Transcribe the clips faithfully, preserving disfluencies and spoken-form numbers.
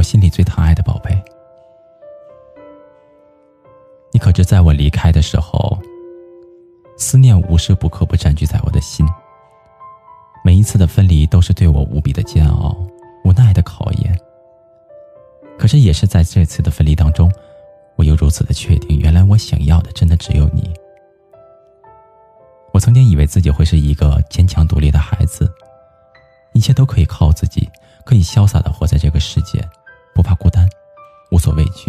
心里最疼爱的宝贝。你可知在我离开的时候，思念无时不刻不占据在我的心，每一次的分离都是对我无比的煎熬，无奈的考验。可是也是在这次的分离当中，我又如此的确定，原来我想要的真的只有你。我曾经以为自己会是一个坚强独立的孩子，一切都可以靠自己，可以潇洒地活在这个世界，不怕孤单，无所畏惧。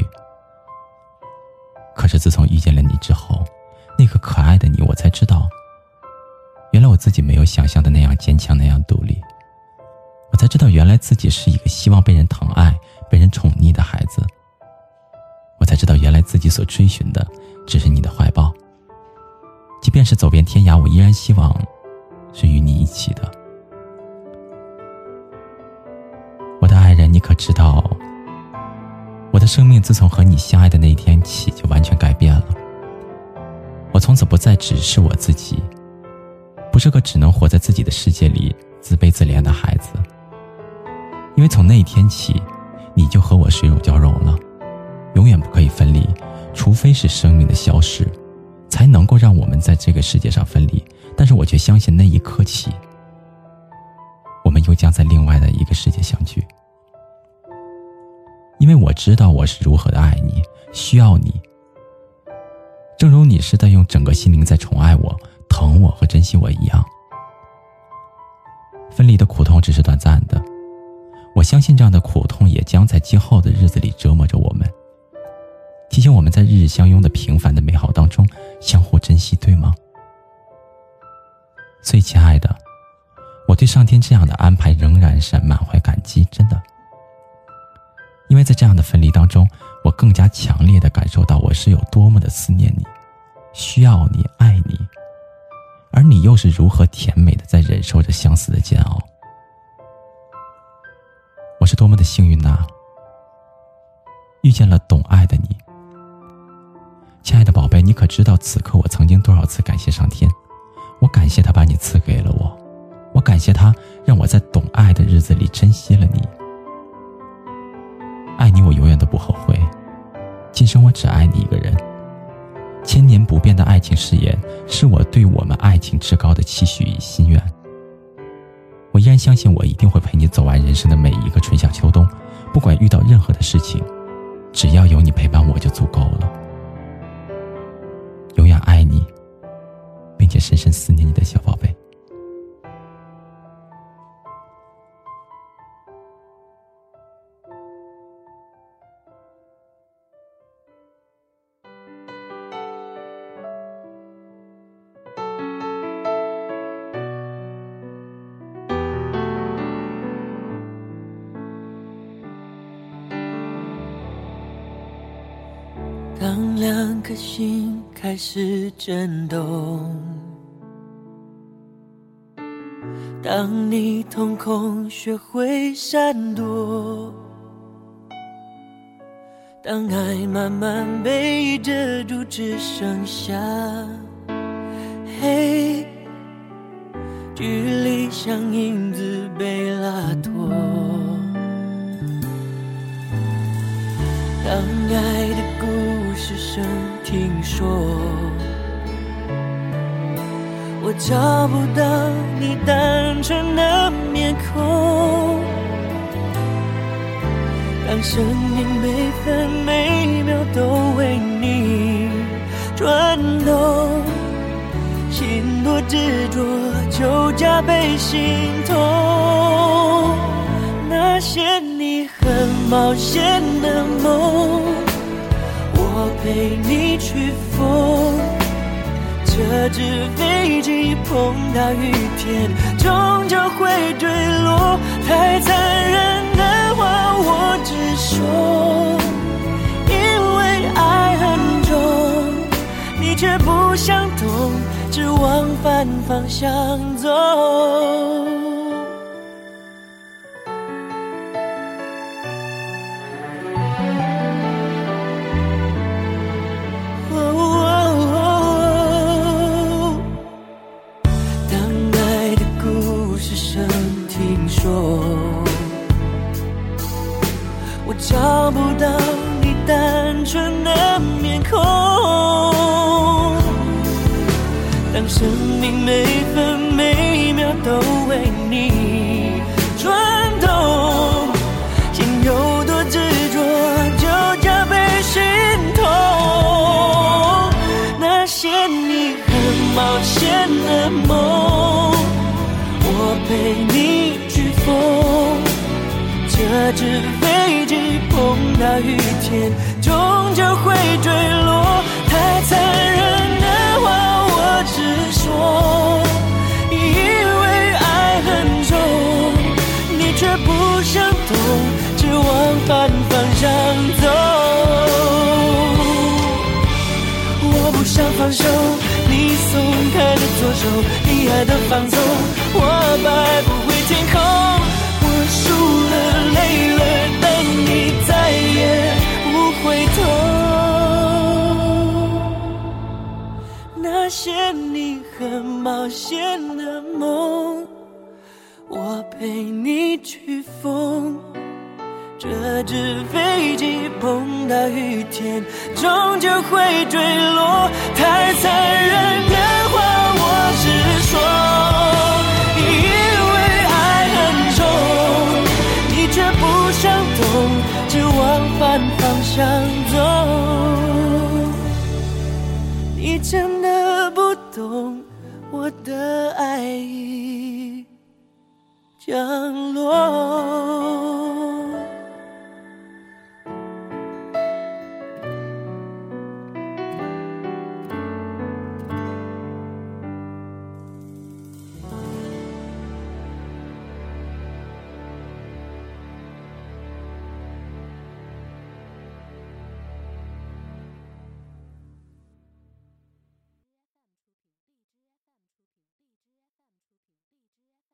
可是自从遇见了你之后，那个可爱的你，我才知道，原来我自己没有想象的那样坚强，那样独立。我才知道，原来自己是一个希望被人疼爱、被人宠溺的孩子。我才知道，原来自己所追寻的只是你的怀抱。即便是走遍天涯，我依然希望是与你一起的。我的爱人，你可知道，我的生命自从和你相爱的那一天起就完全改变了。我从此不再只是我自己，不是个只能活在自己的世界里自卑自怜的孩子。因为从那一天起，你就和我水乳交融了，永远不可以分离，除非是生命的消失，才能够让我们在这个世界上分离。但是我却相信那一刻起，我们又将在另外的一个世界相聚。因为我知道我是如何的爱你，需要你，正如你是在用整个心灵在宠爱我、疼我和珍惜我一样。分离的苦痛只是短暂的，我相信这样的苦痛也将在今后的日子里折磨着我们，提醒我们在日日相拥的平凡的美好当中相互珍惜，对吗？所以亲爱的，我对上天这样的安排仍然是满怀感激，真的。因为在这样的分离当中，我更加强烈地感受到我是有多么的思念你，需要你，爱你，而你又是如何甜美地在忍受着相似的煎熬。我是多么的幸运啊，遇见了懂爱的你。亲爱的宝贝，你可知道此刻我曾经多少次感谢上天？我感谢他把你赐给了我，我感谢他让我在懂爱的日子里珍惜了你。爱你我永远都不后悔，今生我只爱你一个人。千年不变的爱情誓言，是我对我们爱情至高的期许与心愿。我依然相信我一定会陪你走完人生的每一个春夏秋冬，不管遇到任何的事情，只要有你陪伴我就足够了。永远爱你，并且深深思念你的小宝贝。 当两颗心开始震动，当你瞳孔学会闪躲，当爱慢慢被遮住，只剩下黑，距离像影子被拉脱。当爱的故事声听说，我找不到你单纯的面孔。当生命每分每秒都为你转动，心多执着就加倍心痛。那些你很冒险的梦，我陪你去疯。这只飞机碰到雨天，终究会坠落。太残忍的话我只说，因为爱很重，你却不想懂，只往反方向走。我找望不到你单纯的面孔。当生命每分每秒都为你转动，心有多执着就加倍心痛。那些你很冒险的梦，我陪你去疯。这只飞机碰到雨天，终究会坠落。太残忍的话我只说，以为爱很重，你却不想懂，只往反方向走。我不想放手，你松开了左手，你爱的放纵，我摆不回天空。我输了，累了，但你再也不回头。那些你很冒险的梦，我陪你去疯。这只飞机碰到雨天，终究会坠落。太残忍的话我只说，以为爱很重，你却不想懂，只往反方向走。你真的不懂，我的爱已降落。